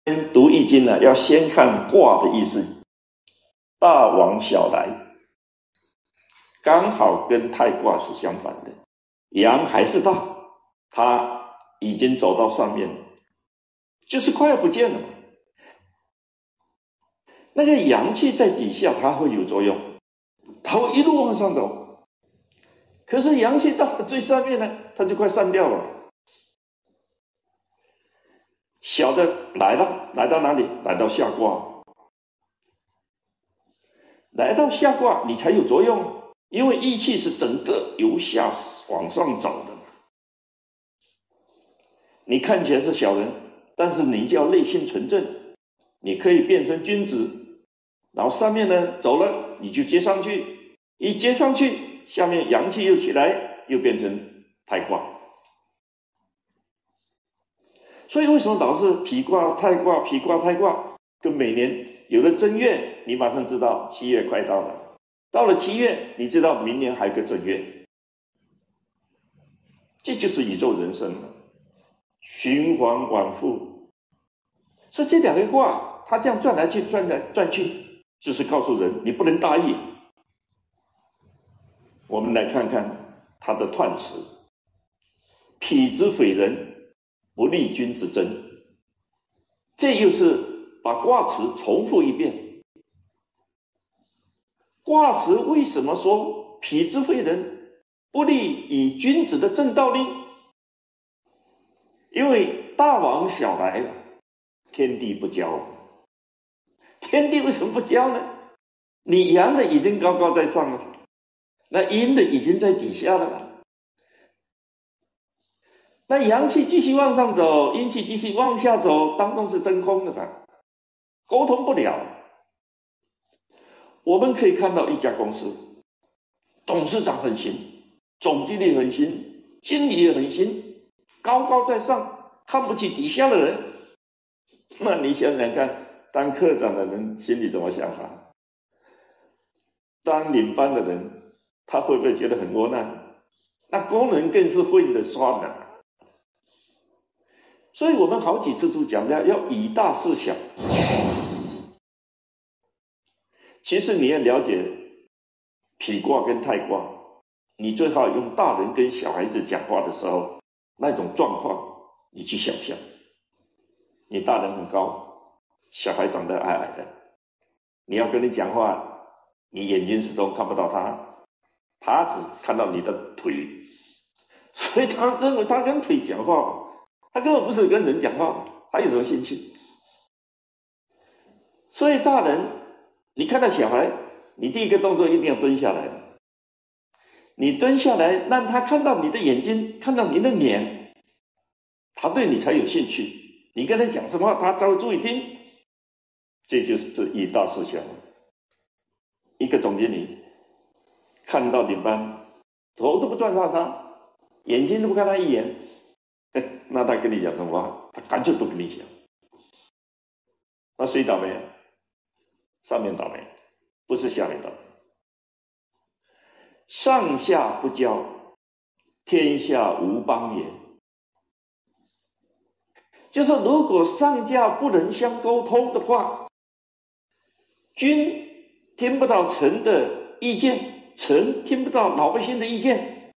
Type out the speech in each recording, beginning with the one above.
读易经呢，要先看卦的意思，大往小来，刚好跟太卦是相反的。阳还是大，它已经走到上面了，就是快要不见了。那个阳气在底下，它会有作用，它会一路往上走。可是阳气到了最上面呢，它就快散掉了。小的来了，来到哪里？来到下卦。来到下卦，你才有作用，因为义气是整个由下往上走的。你看起来是小人，但是你就要内心纯正，你可以变成君子，然后上面呢走了，你就接上去，一接上去，下面阳气又起来，又变成太卦。所以为什么老是否卦、太卦、否卦、太卦？跟每年有了正月，你马上知道7月快到了，到了7月，你知道明年还有个正月，这就是宇宙人生了，循环往复。所以这两个卦，它这样转来去、转来转去，就是告诉人你不能大意。我们来看看它的彖辞：否之匪人，不利君之争。这又是把卦辞重复一遍。卦辞为什么说否之匪人，不利以君子的正道呢？因为大往小来了，天地不交。天地为什么不交呢？你阳的已经高高在上了，那阴的已经在底下了。那阳气继续往上走，阴气继续往下走，当中是真空的，沟通不了。我们可以看到一家公司，董事长很行，总经理很行，经理也很行，高高在上，看不起底下的人。那你想想看，当科长的人心里怎么想法？当领班的人，他会不会觉得很窝囊？那工人更是混得酸了。所以我们好几次都讲要以大事小。其实你要了解否卦跟太卦，你最好用大人跟小孩子讲话的时候那种状况，你去想象。你大人很高，小孩长得矮矮的，你要跟你讲话，你眼睛始终看不到他，他只看到你的腿，所以他认为他跟腿讲话，他根本不是跟人讲话，他有什么兴趣？所以大人，你看到小孩，你第一个动作一定要蹲下来。你蹲下来，让他看到你的眼睛，看到你的脸，他对你才有兴趣。你跟他讲什么话，他才会注意听。这就是以大事小。一个总经理看到领班，头都不转到他，眼睛都不看他一眼，那他跟你讲什么话？他干脆不跟你讲。那谁倒霉啊？上面倒霉，不是下面倒霉。上下不交，天下无邦也。就是如果上下不能相沟通的话，君听不到臣的意见，臣听不到老百姓的意见，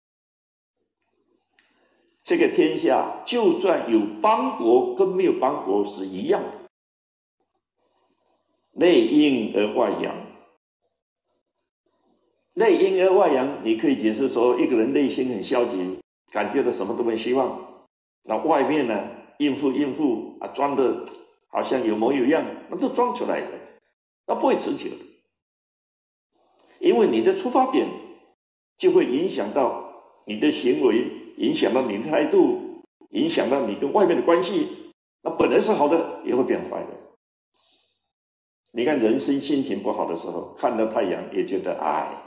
这个天下就算有邦国跟没有邦国是一样的，内阴而外阳。内阴而外阳，你可以解释说一个人内心很消极，感觉到什么都没希望，那外面呢应付啊，装的好像有模有样，那都装出来的，那不会持久的。因为你的出发点就会影响到你的行为，影响到你的态度，影响到你跟外面的关系，那本来是好的也会变坏的。你看人生心情不好的时候，看到太阳也觉得哎，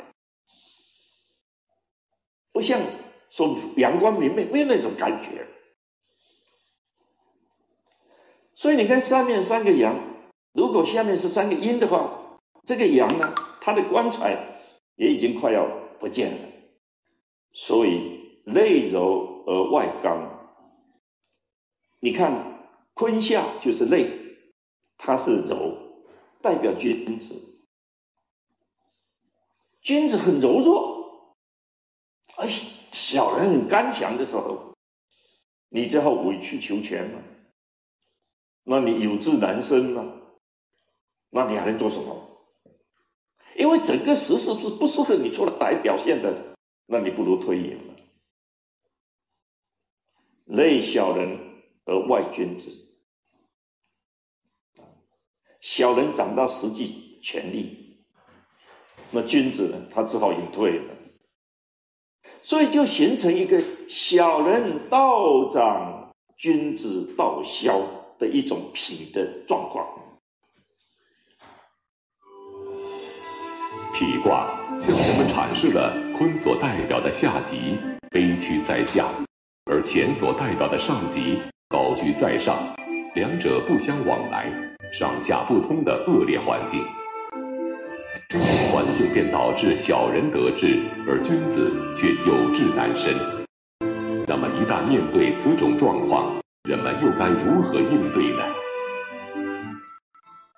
不像说阳光明媚，没有那种感觉。所以你看上面3个阳，如果下面是3个阴的话，这个阳呢，它的光彩也已经快要不见了。所以内柔而外刚。你看坤下就是内， 它是柔，代表君子。君子很柔弱，而小人很刚强的时候，你只好委曲求全嘛。那你有志难伸嘛？那你还能做什么？因为整个时势是不适合你出来表现的，那你不如退隐了。内小人而外君子，小人掌到实际权力，那君子呢，他只好隐退了。所以就形成一个小人道长，君子道消的一种痞的状况。 痞卦向人们阐释了坤所代表的下级卑屈在下，而乾所代表的上级高居在上，两者不相往来，上下不通的恶劣环境。这种环境便导致小人得志，而君子却有志难伸。那么一旦面对此种状况，人们又该如何应对呢？